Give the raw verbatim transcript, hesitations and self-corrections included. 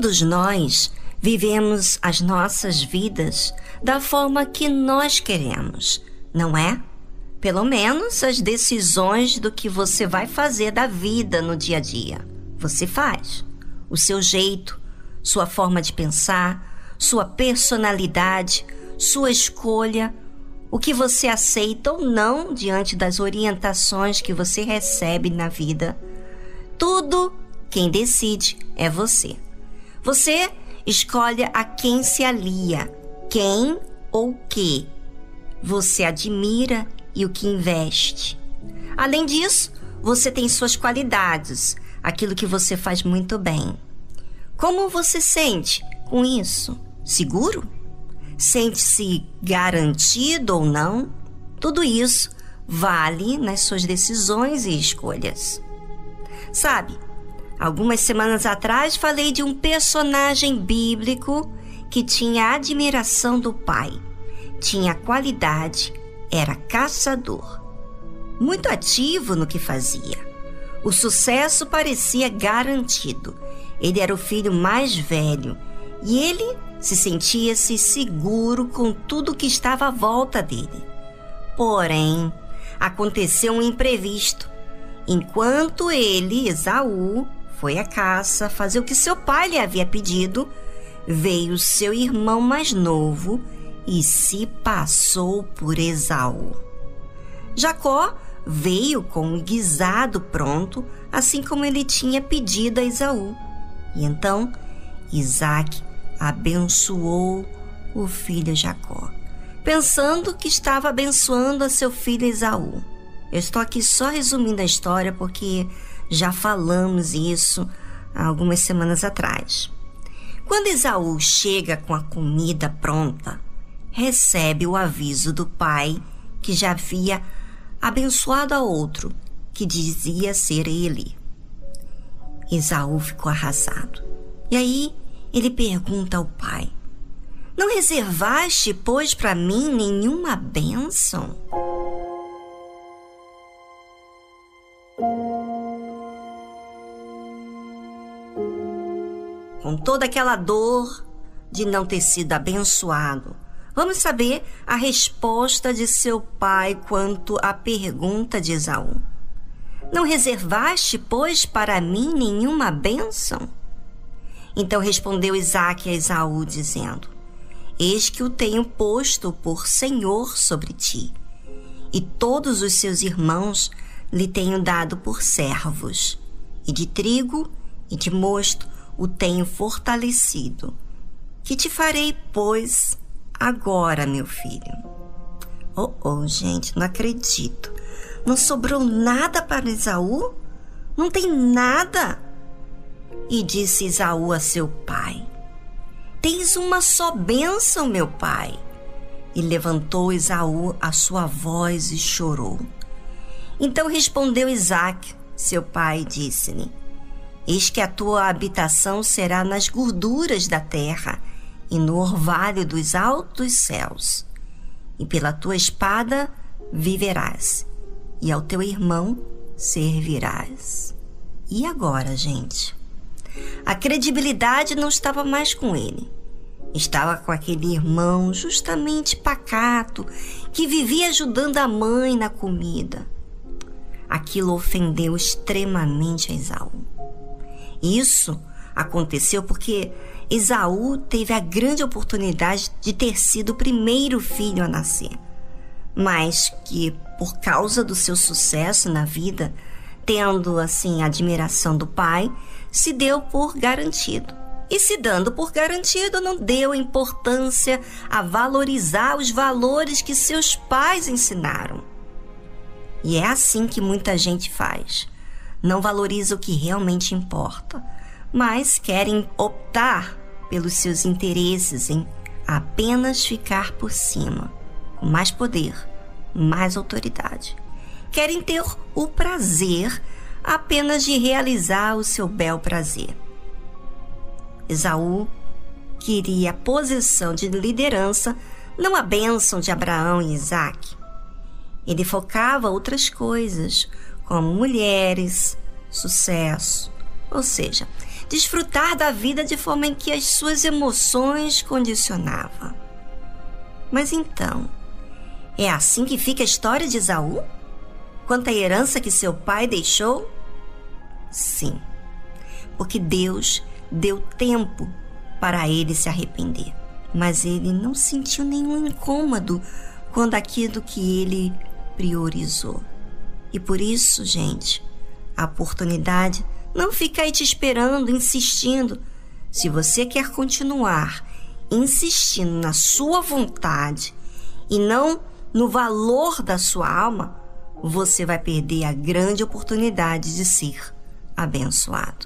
Todos nós vivemos as nossas vidas da forma que nós queremos, não é? Pelo menos as decisões do que você vai fazer da vida no dia a dia. Você faz. O seu jeito, sua forma de pensar, sua personalidade, sua escolha, o que você aceita ou não diante das orientações que você recebe na vida. Tudo quem decide é você. Você escolhe a quem se alia, quem ou o que você admira e o que investe. Além disso, você tem suas qualidades, aquilo que você faz muito bem. Como você sente com isso? Seguro? Sente-se garantido ou não? Tudo isso vale nas suas decisões e escolhas. Sabe, algumas semanas atrás falei de um personagem bíblico que tinha a admiração do pai, tinha qualidade, era caçador, muito ativo no que fazia. O sucesso parecia garantido. Ele era o filho mais velho e ele se sentia-se seguro com tudo que estava à volta dele. Porém, aconteceu um imprevisto. Enquanto ele, Esaú, foi à caça fazer o que seu pai lhe havia pedido, veio seu irmão mais novo e se passou por Esaú. Jacó veio com um guisado pronto, assim como ele tinha pedido a Esaú. E então, Isaque abençoou o filho Jacó, pensando que estava abençoando a seu filho Esaú. Eu estou aqui só resumindo a história porque já falamos isso há algumas semanas atrás. Quando Esaú chega com a comida pronta, recebe o aviso do pai que já havia abençoado a outro, que dizia ser ele. Esaú ficou arrasado. E aí ele pergunta ao pai: não reservaste, pois, para mim nenhuma bênção? Com toda aquela dor de não ter sido abençoado, vamos saber a resposta de seu pai quanto à pergunta de Esaú. Não reservaste, pois, para mim nenhuma bênção? Então respondeu Isaque a Esaú, dizendo: eis que o tenho posto por senhor sobre ti, e todos os seus irmãos lhe tenho dado por servos, e de trigo e de mosto o tenho fortalecido. Que te farei, pois, agora, meu filho? Oh, oh, gente, não acredito. Não sobrou nada para Esaú? Não tem nada? E disse Esaú a seu pai: tens uma só bênção, meu pai. E levantou Esaú a sua voz e chorou. Então respondeu Isaque, seu pai, e disse-lhe: eis que a tua habitação será nas gorduras da terra e no orvalho dos altos céus. E pela tua espada viverás, e ao teu irmão servirás. E agora, gente? A credibilidade não estava mais com ele. Estava com aquele irmão justamente pacato, que vivia ajudando a mãe na comida. Aquilo ofendeu extremamente a Esaú. Isso aconteceu porque Esaú teve a grande oportunidade de ter sido o primeiro filho a nascer, mas que, por causa do seu sucesso na vida, tendo assim a admiração do pai, se deu por garantido. E se dando por garantido, não deu importância a valorizar os valores que seus pais ensinaram. E é assim que muita gente faz. Não valoriza o que realmente importa, mas querem optar pelos seus interesses em apenas ficar por cima, com mais poder, mais autoridade. Querem ter o prazer apenas de realizar o seu bel prazer. Esaú queria a posição de liderança, não a bênção de Abraão e Isaque. Ele focava outras coisas, como mulheres, sucesso, ou seja, desfrutar da vida de forma em que as suas emoções condicionavam. Mas então, é assim que fica a história de Esaú? Quanto à herança que seu pai deixou? Sim, porque Deus deu tempo para ele se arrepender. Mas ele não sentiu nenhum incômodo quando aquilo que ele priorizou. E por isso, gente, a oportunidade não fica aí te esperando, insistindo. Se você quer continuar insistindo na sua vontade e não no valor da sua alma, você vai perder a grande oportunidade de ser abençoado.